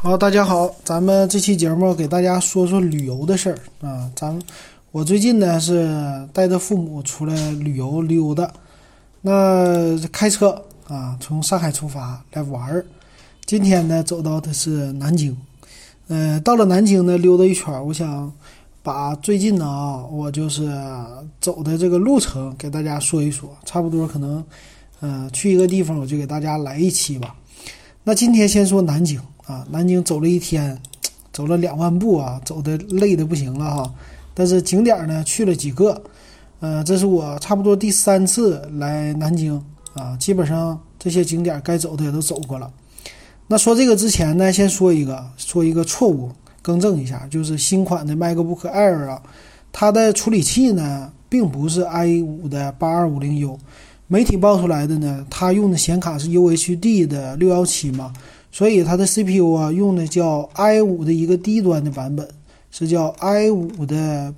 好，大家好，咱们这期节目给大家说说旅游的事儿啊。我最近呢是带着父母出来旅游溜达，那开车啊，从上海出发来玩儿。今天呢走到的是南京，到了南京呢溜达一圈，我想把最近呢我就是走的这个路程给大家说一说，差不多可能去一个地方我就给大家来一期吧。那今天先说南京啊，南京走了一天，走了2万步啊，走的累的不行了哈。但是景点呢去了几个，这是我差不多第3次来南京啊，基本上这些景点该走的也都走过了。那说这个之前呢，先说一个错误，更正一下，就是新款的 MacBook Air 啊，它的处理器呢并不是 i5 的 8250U。媒体爆出来的呢，它用的显卡是 UHD 的617嘛，所以它的 CPU 啊用的叫 i5 的一个低端的版本，是叫 i5 的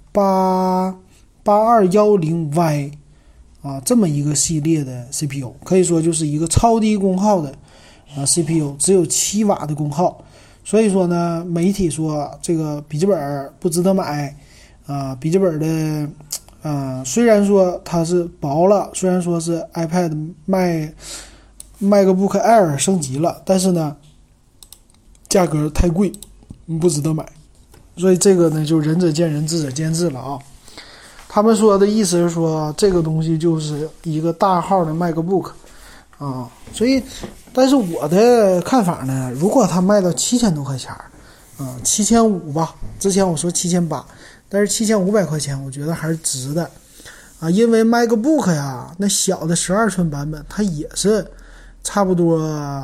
8210Y 啊，这么一个系列的 CPU， 可以说就是一个超低功耗的CPU， 只有7瓦的功耗。所以说呢，媒体说这个笔记本不值得买啊，笔记本的虽然说它是薄了，虽然说是 MacBook Air 升级了，但是呢价格太贵，不值得买。所以这个呢就仁者见仁，智者见智了啊。他们说的意思是说这个东西就是一个大号的 MacBook 啊，所以但是我的看法呢，如果它卖到7000多块钱7500吧，之前我说7800，但是7500块钱我觉得还是值的啊，因为 MacBook 呀，那小的12寸版本它也是差不多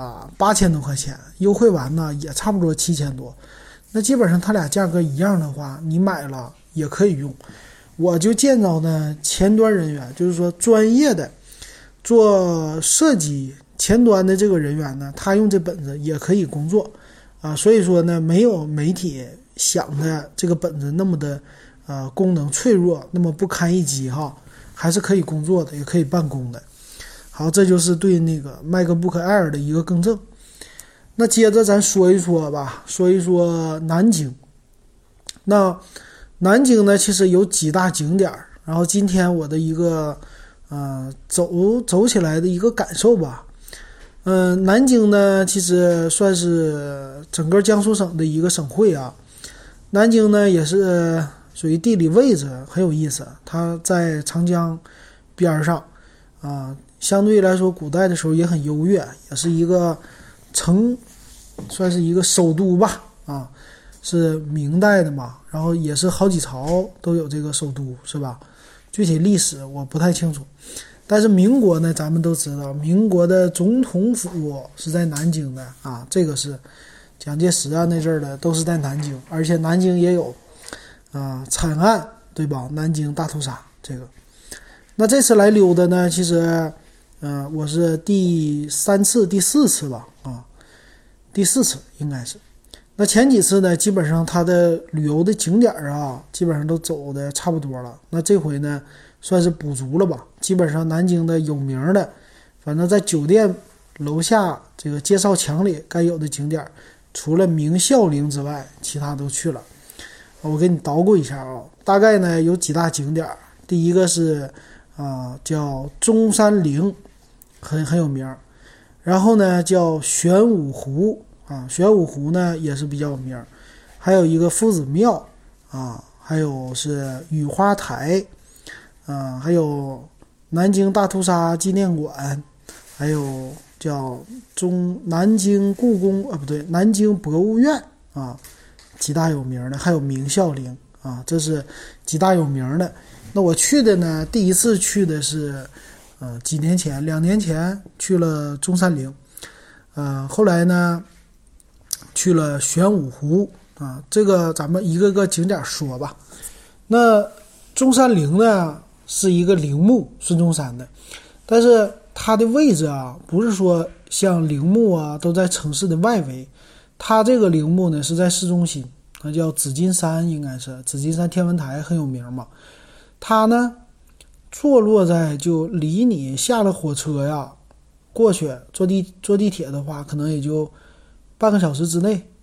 8000多块钱，优惠完呢也差不多7000多，那基本上它俩价格一样的话，你买了也可以用。我就见着呢前端人员，就是说专业的做设计前端的这个人员呢，他用这本子也可以工作啊，所以说呢没有媒体想的这个本子那么的功能脆弱，那么不堪一击哈，还是可以工作的，也可以办公的。好，这就是对那个 MacBook Air 的一个更正。那接着咱说一说吧，说一说南京。那南京呢其实有几大景点，然后今天我的一个走起来的一个感受吧。南京呢其实算是整个江苏省的一个省会啊。南京呢也是属于地理位置很有意思，它在长江边上啊，相对来说古代的时候也很优越，也是一个算是一个首都吧啊，是明代的嘛，然后也是好几朝都有这个首都是吧？具体历史我不太清楚，但是民国呢咱们都知道，民国的总统府是在南京的啊，这个是蒋介石啊那阵儿的都是在南京，而且南京也有惨案对吧？南京大屠杀这个。那这次来溜达呢，其实我是第4次吧啊，第4次应该是。那前几次呢，基本上它的旅游的景点啊，基本上都走的差不多了。那这回呢，算是补足了吧。基本上南京的有名的，反正在酒店楼下这个介绍墙里该有的景点，除了明孝陵之外，其他都去了。我给你捣鼓一下啊，大概呢有几大景点。第一个是叫中山陵，很有名。然后呢叫玄武湖啊，玄武湖呢也是比较有名，还有一个夫子庙啊，还有是雨花台还有南京大屠杀纪念馆，还有叫南京故宫不对，南京博物院啊，几大有名的，还有明孝陵啊，这是几大有名的。那我去的呢，第一次去的是几年前，2年前去了中山陵，后来呢去了玄武湖啊，这个咱们一个个景点说吧。那中山陵呢是一个陵墓，孙中山的，但是它的位置啊，不是说像陵墓啊都在城市的外围，它这个陵墓呢是在市中心，它叫紫金山，应该是紫金山天文台很有名嘛。它呢坐落在就离你下了火车呀，过去坐地铁的话，可能也就半个小时之内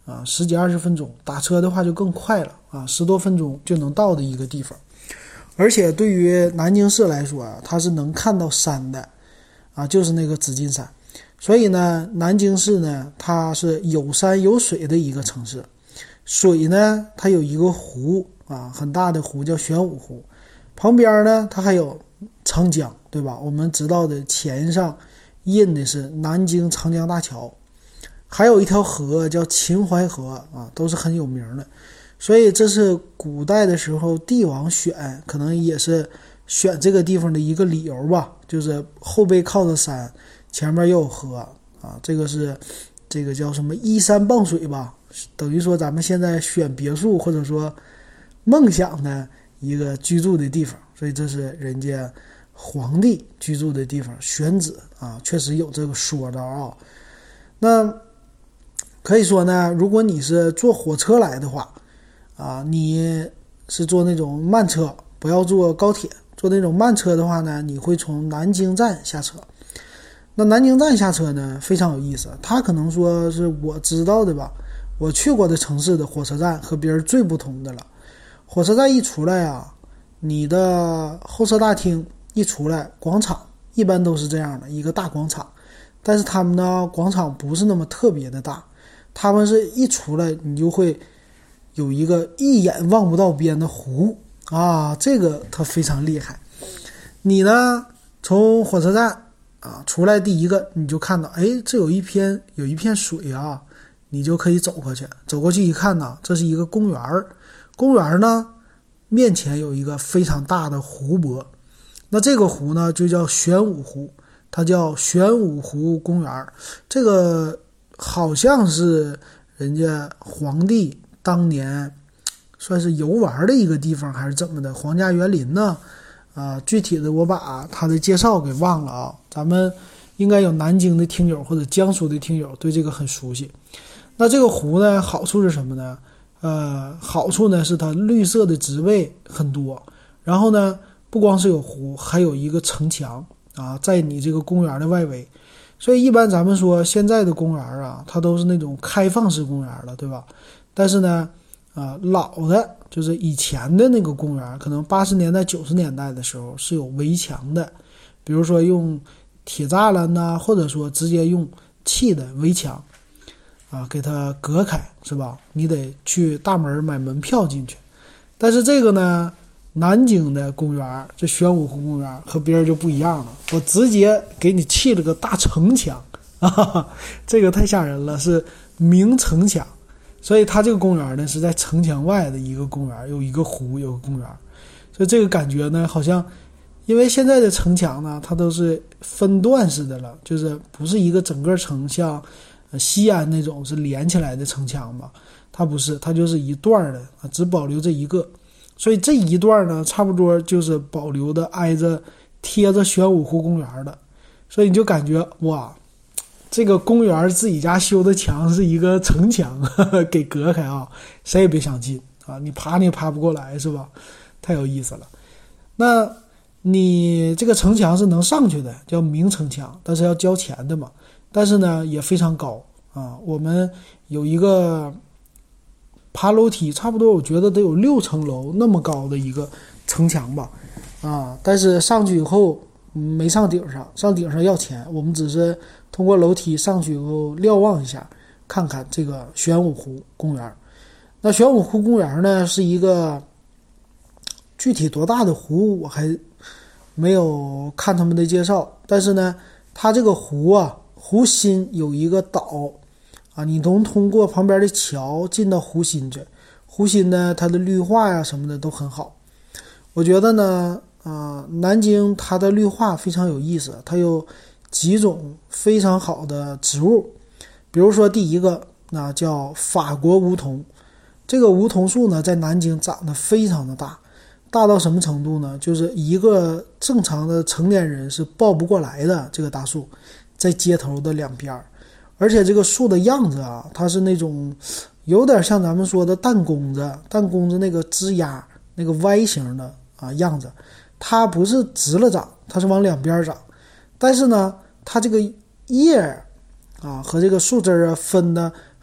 啊，10几20分钟，打车的话就更快了啊，10多分钟就能到的一个地方。而且对于南京市来说啊，它是能看到山的啊，就是那个紫金山。所以呢，南京市呢，它是有山有水的一个城市。水呢，它有一个湖啊，很大的湖叫玄武湖，旁边呢，它还有长江，对吧？我们知道的钱上印的是南京长江大桥，还有一条河叫秦淮河啊，都是很有名的。所以这是古代的时候帝王选，可能也是选这个地方的一个理由吧，就是后背靠着山，前面又有河啊，这个叫什么依山傍水吧，等于说咱们现在选别墅或者说梦想的一个居住的地方，所以这是人家皇帝居住的地方，选址啊，确实有这个说的啊。那可以说呢，如果你是坐火车来的话啊，你是坐那种慢车，不要坐高铁，坐那种慢车的话呢，你会从南京站下车。那南京站下车呢，非常有意思，它可能说是我知道的吧，我去过的城市的火车站和别人最不同的了。火车站一出来啊，你的候车大厅一出来，广场一般都是这样的一个大广场，但是他们呢，广场不是那么特别的大，他们是一出来你就会有一个一眼望不到边的湖啊，这个它非常厉害。你呢，从火车站啊出来，第一个你就看到，哎，这有一片水啊，你就可以走过去。走过去一看呢，这是一个公园，公园呢面前有一个非常大的湖泊，那这个湖呢就叫玄武湖，它叫玄武湖公园。这个好像是人家皇帝当年算是游玩的一个地方还是怎么的，皇家园林呢具体的我把它的介绍给忘了啊，咱们应该有南京的听友或者江苏的听友对这个很熟悉。那这个湖呢，好处是什么呢？好处呢是它绿色的植被很多，然后呢不光是有湖，还有一个城墙啊，在你这个公园的外围。所以一般咱们说现在的公园啊，它都是那种开放式公园了，对吧？但是呢老的就是以前的那个公园，可能80年代90年代的时候是有围墙的，比如说用铁栅栏呐，或者说直接用砌的围墙啊，给它隔开，是吧？你得去大门买门票进去。但是这个呢，南京的公园，这玄武湖公园和别人就不一样了，我直接给你砌了个大城墙啊，这个太吓人了，是明城墙。所以它这个公园呢是在城墙外的一个公园，有一个湖，有个公园。所以这个感觉呢，好像因为现在的城墙呢，它都是分段式的了，就是不是一个整个城，像西安那种是连起来的城墙吧，它不是，它就是一段的，只保留这一个。所以这一段呢，差不多就是保留的贴着玄武湖公园的。所以你就感觉哇，这个公园自己家修的墙是一个城墙给隔开啊，谁也别想进啊，你爬你也爬不过来，是吧？太有意思了。那你这个城墙是能上去的，叫明城墙，但是要交钱的嘛。但是呢也非常高啊，我们有一个爬楼梯，差不多我觉得得有6层楼那么高的一个城墙吧啊，但是上去以后没上顶上，上顶上要钱，我们只是通过楼梯上去以后瞭望一下，看看这个玄武湖公园。那玄武湖公园呢，是一个具体多大的湖我还没有看他们的介绍，但是呢它这个湖啊，湖心有一个岛啊，你能通过旁边的桥进到湖心去。湖心呢，它的绿化呀什么的都很好。我觉得呢南京它的绿化非常有意思，它有几种非常好的植物。比如说第一个那叫法国梧桐，这个梧桐树呢在南京长得非常的大，大到什么程度呢？就是一个正常的成年人是抱不过来的，这个大树在街头的两边。而且这个树的样子啊，它是那种有点像咱们说的弹弓子那个枝丫那个 Y 型的样子，它不是直了长，它是往两边长。但是呢它这个叶和这个树枝分的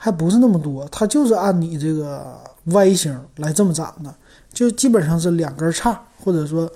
还不是那么多，它就是按你这个 Y 型来这么长的，就基本上是2根叉，或者说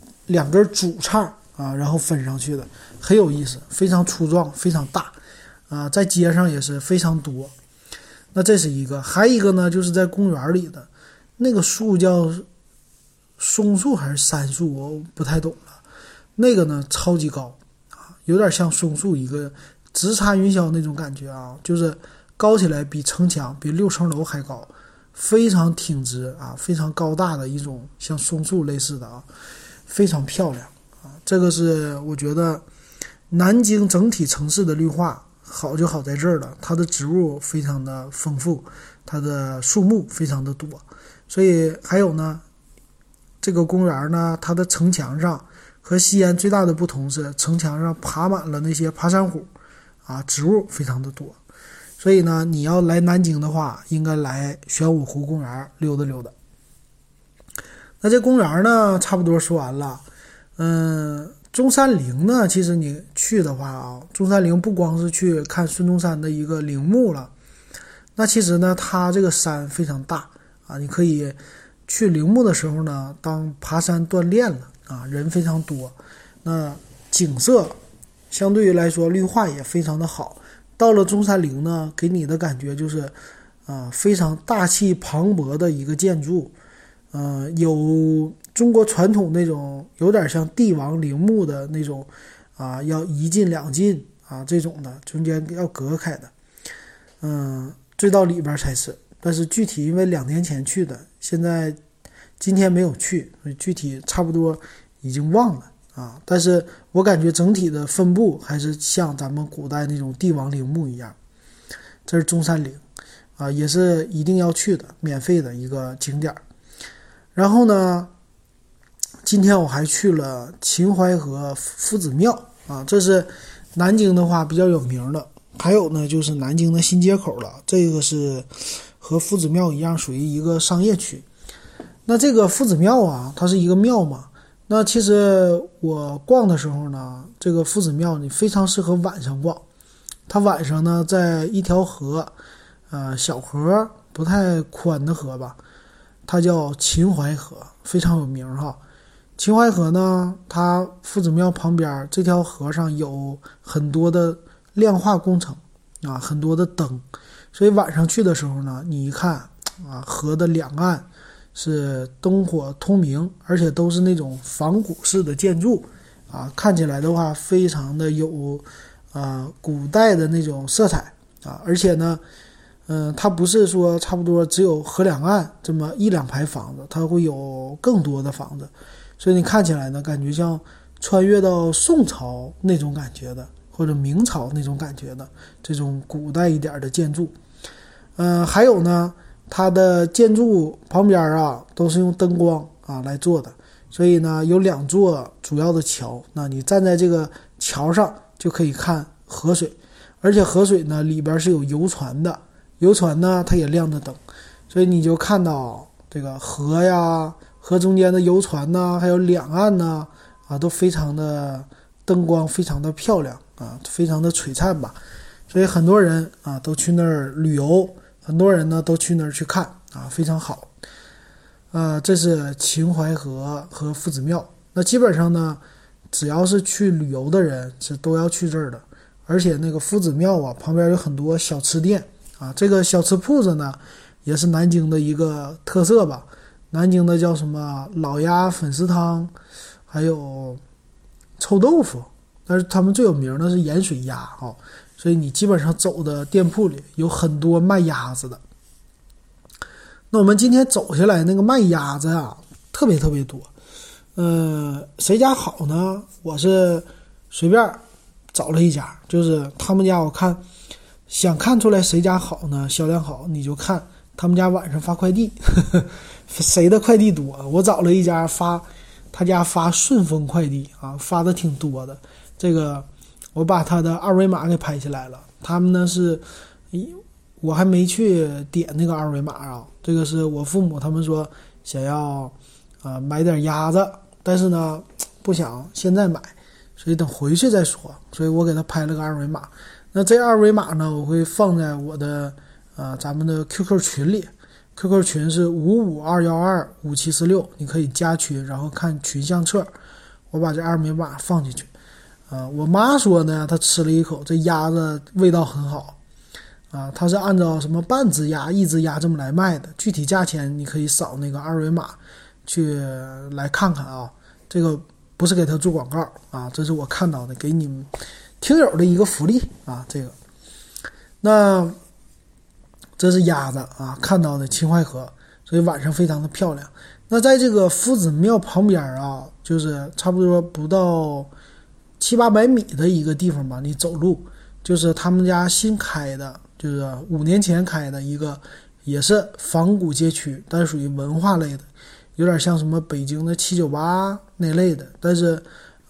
2根主叉啊，然后分上去的，很有意思，非常粗壮，非常大啊，在街上也是非常多。那这是一个，还一个呢，就是在公园里的那个树叫松树还是杉树，我不太懂了。那个呢超级高啊，有点像松树一个直插云霄那种感觉啊，就是高起来比城墙比6层楼还高，非常挺直啊，非常高大的一种像松树类似的啊，非常漂亮啊。这个是我觉得南京整体城市的绿化好就好在这儿了，它的植物非常的丰富，它的树木非常的多。所以还有呢，这个公园呢，它的城墙上和西安最大的不同是城墙上爬满了那些爬山虎啊，植物非常的多。所以呢，你要来南京的话，应该来玄武湖公园溜达溜达。那这公园呢差不多说完了。中山陵呢，其实你去的话啊，中山陵不光是去看孙中山的一个陵墓了，那其实呢它这个山非常大啊，你可以去陵墓的时候呢当爬山锻炼了啊，人非常多，那景色相对于来说绿化也非常的好。到了中山陵呢，给你的感觉就是非常大气磅礴的一个建筑，有中国传统那种有点像帝王陵墓的那种啊，要1进2进啊这种的，中间要隔开的，最到里边才是。但是具体因为2年前去的，今天没有去，所以具体差不多已经忘了啊。但是我感觉整体的分布还是像咱们古代那种帝王陵墓一样。这是中山陵啊，也是一定要去的，免费的一个景点。然后呢，今天我还去了秦淮河夫子庙啊，这是南京的话比较有名的。还有呢，就是南京的新街口了，这个是和夫子庙一样，属于一个商业区。那这个夫子庙啊，它是一个庙嘛。那其实我逛的时候呢，这个夫子庙你非常适合晚上逛。它晚上呢，在一条河，小河不太宽的河吧，它叫秦淮河，非常有名哈。秦淮河呢，它夫子庙旁边这条河上有很多的亮化工程啊，很多的灯，所以晚上去的时候呢，你一看啊，河的两岸是灯火通明，而且都是那种仿古式的建筑啊，看起来的话非常的有古代的那种色彩啊，而且呢，它不是说差不多只有河两岸这么1-2排房子，它会有更多的房子，所以你看起来呢，感觉像穿越到宋朝那种感觉的，或者明朝那种感觉的这种古代一点的建筑。还有呢，它的建筑旁边啊都是用灯光啊来做的，所以呢有2座主要的桥，那你站在这个桥上就可以看河水，而且河水呢里边是有游船的，游船呢它也亮着灯，所以你就看到这个河呀，河中间的游船呢，还有两岸呢都非常的灯光非常的漂亮啊，非常的璀璨吧，所以很多人都去那儿旅游，很多人呢都去那儿去看啊，非常好。这是秦淮河和夫子庙。那基本上呢，只要是去旅游的人是都要去这儿的，而且那个夫子庙啊旁边有很多小吃店啊，这个小吃铺子呢也是南京的一个特色吧。南京的叫什么老鸭粉丝汤，还有臭豆腐，但是他们最有名的是盐水鸭啊，所以你基本上走的店铺里有很多卖鸭子的。那我们今天走下来那个卖鸭子啊，特别特别多。谁家好呢？我是随便找了一家，就是他们家，我看想看出来谁家好呢，销量好，你就看他们家晚上发快递，谁的快递多。我找了一家他家发顺丰快递啊，发的挺多的。这个我把他的二维码给拍下来了。他们呢是，我还没去点那个二维码啊。这个是我父母他们说想要买点鸭子，但是呢不想现在买，所以等回去再说。所以我给他拍了个二维码。那这二维码呢，我会放在我的咱们的 QQ 群里，QQ 群是552125746，你可以加群，然后看群相册，我把这二维码放进去。我妈说呢，她吃了一口，这鸭子味道很好她是按照什么半只鸭、一只鸭这么来卖的，具体价钱你可以扫那个二维码去来看看啊。这个不是给他做广告这是我看到的，给你们听友的一个福利这个。那这是鸭子看到的秦淮河，所以晚上非常的漂亮。那在这个夫子庙旁边就是差不多不到700-800米的一个地方吧，你走路就是他们家新开的，就是5年前开的一个，也是仿古街区，但是属于文化类的，有点像什么北京的798那类的，但是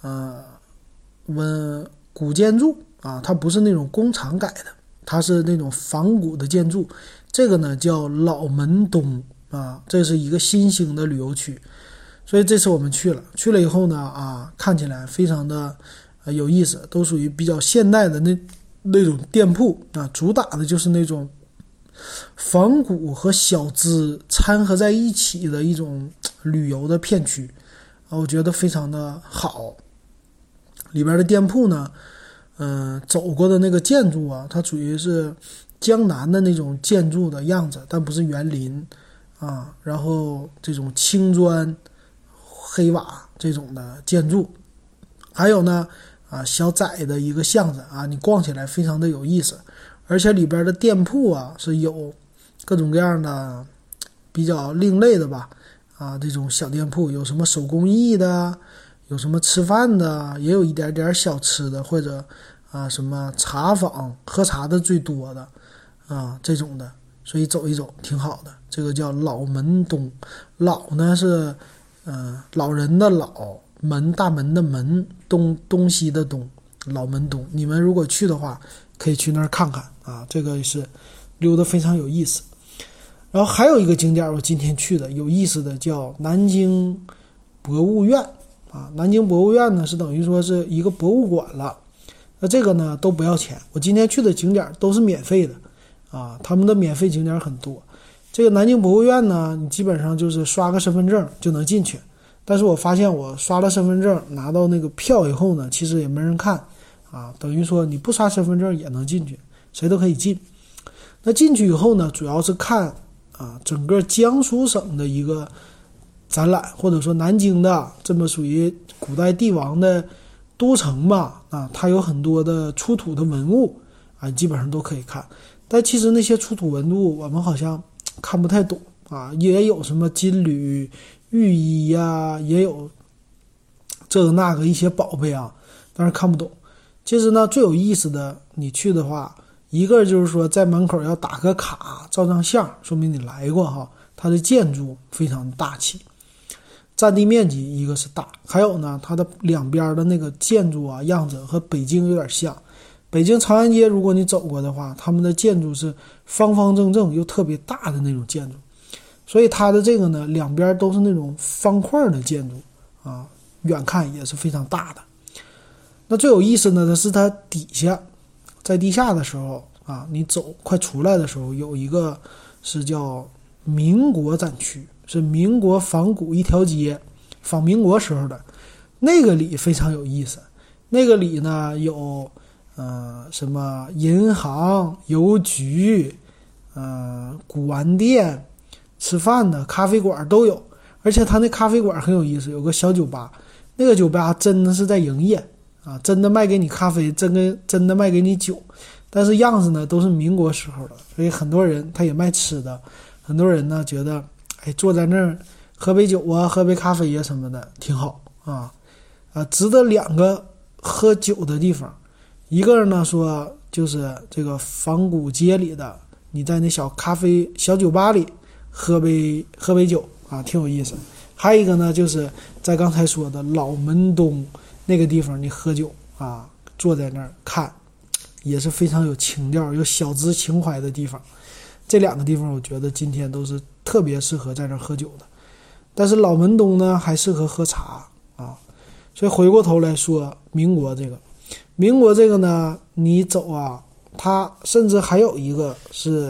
古建筑它不是那种工厂改的，它是那种仿古的建筑。这个呢叫老门东这是一个新兴的旅游区，所以这次我们去了以后呢看起来非常的有意思，都属于比较现代的那种店铺主打的就是那种仿古和小资掺合在一起的一种旅游的片区我觉得非常的好。里边的店铺呢走过的那个建筑它属于是江南的那种建筑的样子，但不是园林然后这种青砖黑瓦这种的建筑，还有呢小窄的一个巷子你逛起来非常的有意思。而且里边的店铺是有各种各样的比较另类的吧这种小店铺，有什么手工艺的，有什么吃饭的，也有一点点小吃的，或者什么茶坊喝茶的最多的这种的，所以走一走挺好的。这个叫老门东，老呢是老人的老，门大门的门，东西的东，老门东。你们如果去的话可以去那儿看看这个是溜得非常有意思。然后还有一个景点我今天去的有意思的叫南京博物院南京博物院呢是等于说是一个博物馆了，那这个呢都不要钱，我今天去的景点都是免费的他们的免费景点很多。这个南京博物院呢你基本上就是刷个身份证就能进去，但是我发现我刷了身份证拿到那个票以后呢，其实也没人看等于说你不刷身份证也能进去，谁都可以进。那进去以后呢，主要是看整个江苏省的一个展览，或者说南京的这么属于古代帝王的都城吧它有很多的出土的文物基本上都可以看。但其实那些出土文物我们好像看不太懂也有什么金缕玉衣也有这个那个一些宝贝但是看不懂。其实呢最有意思的，你去的话，一个就是说在门口要打个卡照张相，说明你来过它的建筑非常大气，占地面积一个是大，还有呢它的两边的那个建筑样子和北京有点像。北京长安街如果你走过的话，他们的建筑是方方正正又特别大的那种建筑，所以它的这个呢两边都是那种方块的建筑远看也是非常大的。那最有意思的是它底下，在地下的时候你走快出来的时候，有一个是叫民国展区，是民国仿古一条街，仿民国时候的那个里非常有意思。那个里呢有什么银行、邮局、古玩店、吃饭的咖啡馆都有。而且它那咖啡馆很有意思，有个小酒吧，那个酒吧真的是在营业真的卖给你咖啡，真的卖给你酒，但是样子呢都是民国时候的，所以很多人他也卖吃的，很多人呢觉得坐在那儿喝杯酒喝杯咖啡什么的挺好值得两个喝酒的地方。一个呢说就是这个仿古街里的，你在那小咖啡小酒吧里喝杯酒挺有意思。还有一个呢就是在刚才说的老门东那个地方，你喝酒坐在那儿看也是非常有情调有小资情怀的地方。这两个地方我觉得今天都是特别适合在这儿喝酒的。但是老门东呢还适合喝茶所以回过头来说民国这个呢，你走它甚至还有一个是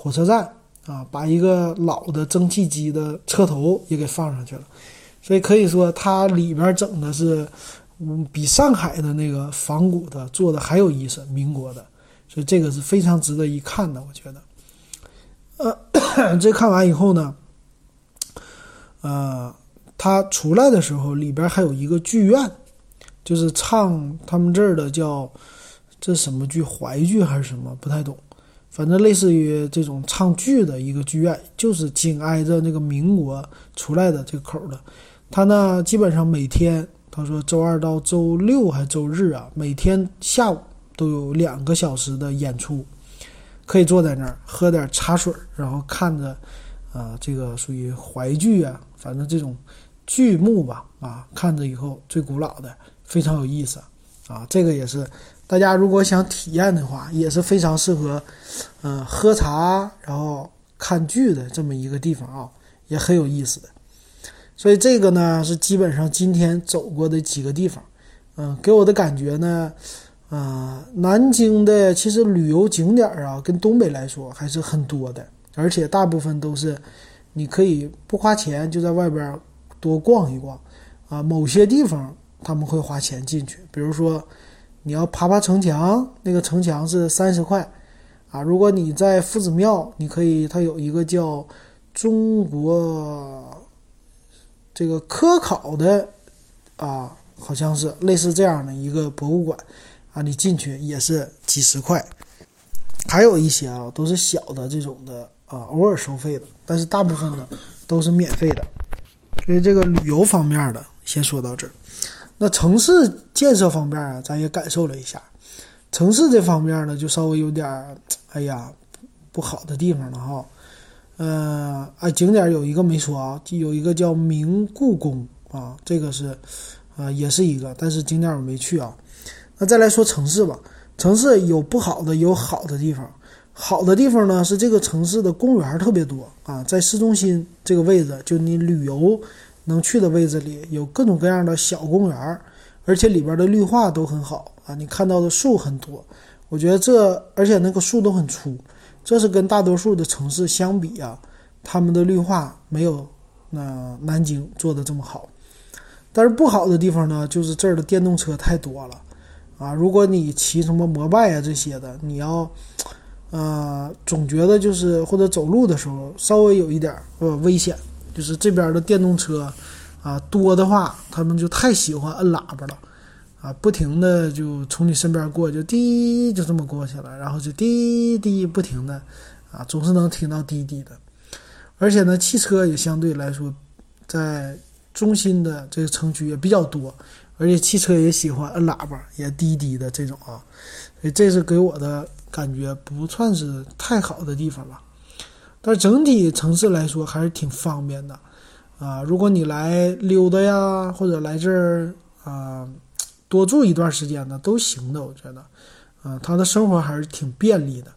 火车站啊，把一个老的蒸汽机的车头也给放上去了，所以可以说它里边整的是比上海的那个仿古的做的还有意思，民国的，所以这个是非常值得一看的，我觉得。这看完以后呢，它出来的时候里边还有一个剧院，就是唱他们这儿的叫这什么剧，淮剧还是什么，不太懂，反正类似于这种唱剧的一个剧院，就是紧挨着那个民国出来的这个口的。它呢基本上每天，他说周二到周六还周日啊，每天下午都有2个小时的演出，可以坐在那儿喝点茶水，然后看着这个属于淮剧啊，反正这种剧目吧看着以后最古老的非常有意思啊。这个也是大家如果想体验的话，也是非常适合喝茶然后看剧的这么一个地方啊，也很有意思的。所以这个呢是基本上今天走过的几个地方。给我的感觉呢，南京的其实旅游景点啊，跟东北来说还是很多的，而且大部分都是你可以不花钱就在外边多逛一逛啊。某些地方他们会花钱进去，比如说你要爬城墙，那个城墙是30块啊。如果你在夫子庙，你可以，它有一个叫中国这个科考的好像是类似这样的一个博物馆啊，你进去也是几十块。还有一些都是小的这种的偶尔收费的，但是大部分呢都是免费的。所以这个旅游方面的先说到这儿。那城市建设方面咱也感受了一下。城市这方面呢就稍微有点不好的地方了哈。景点有一个没说啊，有一个叫明故宫啊，这个是也是一个，但是景点我没去啊。那再来说城市吧，城市有不好的有好的地方。好的地方呢是这个城市的公园特别多啊，在市中心这个位置，就你旅游能去的位置里有各种各样的小公园，而且里边的绿化都很好啊，你看到的树很多，我觉得而且那个树都很粗，这是跟大多数的城市相比啊，他们的绿化没有南京做的这么好。但是不好的地方呢，就是这儿的电动车太多了啊！如果你骑什么摩拜这些的，你要总觉得就是或者走路的时候稍微有一点危险，就是这边的电动车多的话，他们就太喜欢摁喇叭了不停的就从你身边过，就滴就这么过去了，然后就滴滴不停的总是能听到滴滴的。而且呢，汽车也相对来说在中心的这个城区也比较多，而且汽车也喜欢摁喇叭，也滴滴的这种所以这是给我的感觉不算是太好的地方吧。但是整体城市来说还是挺方便的如果你来溜达呀，或者来这儿多住一段时间的都行的，我觉得他的生活还是挺便利的。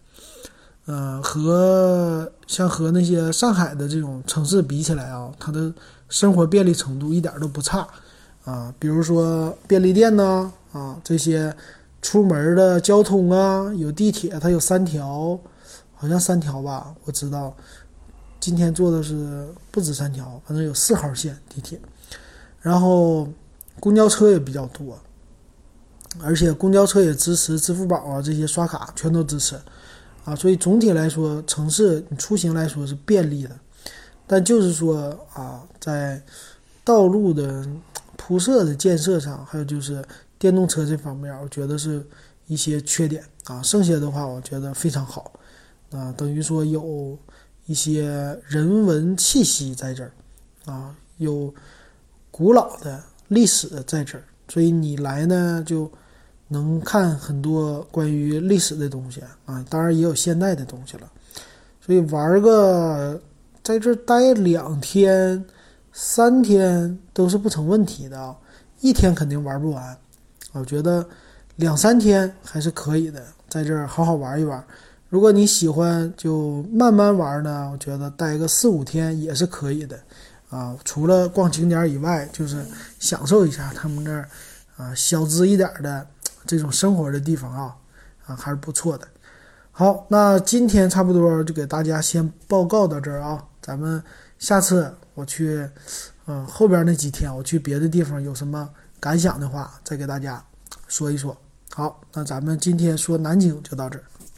和那些上海的这种城市比起来它的生活便利程度一点都不差比如说便利店呢这些出门的交通有地铁，它有3条，好像3条吧，我知道今天坐的是不止3条，反正有4号线地铁，然后公交车也比较多，而且公交车也支持支付宝这些刷卡全都支持所以总体来说城市你出行来说是便利的。但就是说在道路的铺设的建设上，还有就是电动车这方面，我觉得是一些缺点剩下的话我觉得非常好等于说有一些人文气息在这儿有古老的历史在这儿，所以你来呢就能看很多关于历史的东西当然也有现代的东西了。所以在这待2天3天都是不成问题的1天肯定玩不完我觉得2-3天还是可以的，在这儿好好玩一玩。如果你喜欢就慢慢玩呢，我觉得待个4-5天也是可以的除了逛景点以外，就是享受一下他们那儿小资一点的这种生活的地方还是不错的。 好，那今天差不多就给大家先报告到这儿啊，咱们下次我去，后边那几天我去别的地方有什么感想的话，再给大家说一说。好，那咱们今天说南京就到这儿。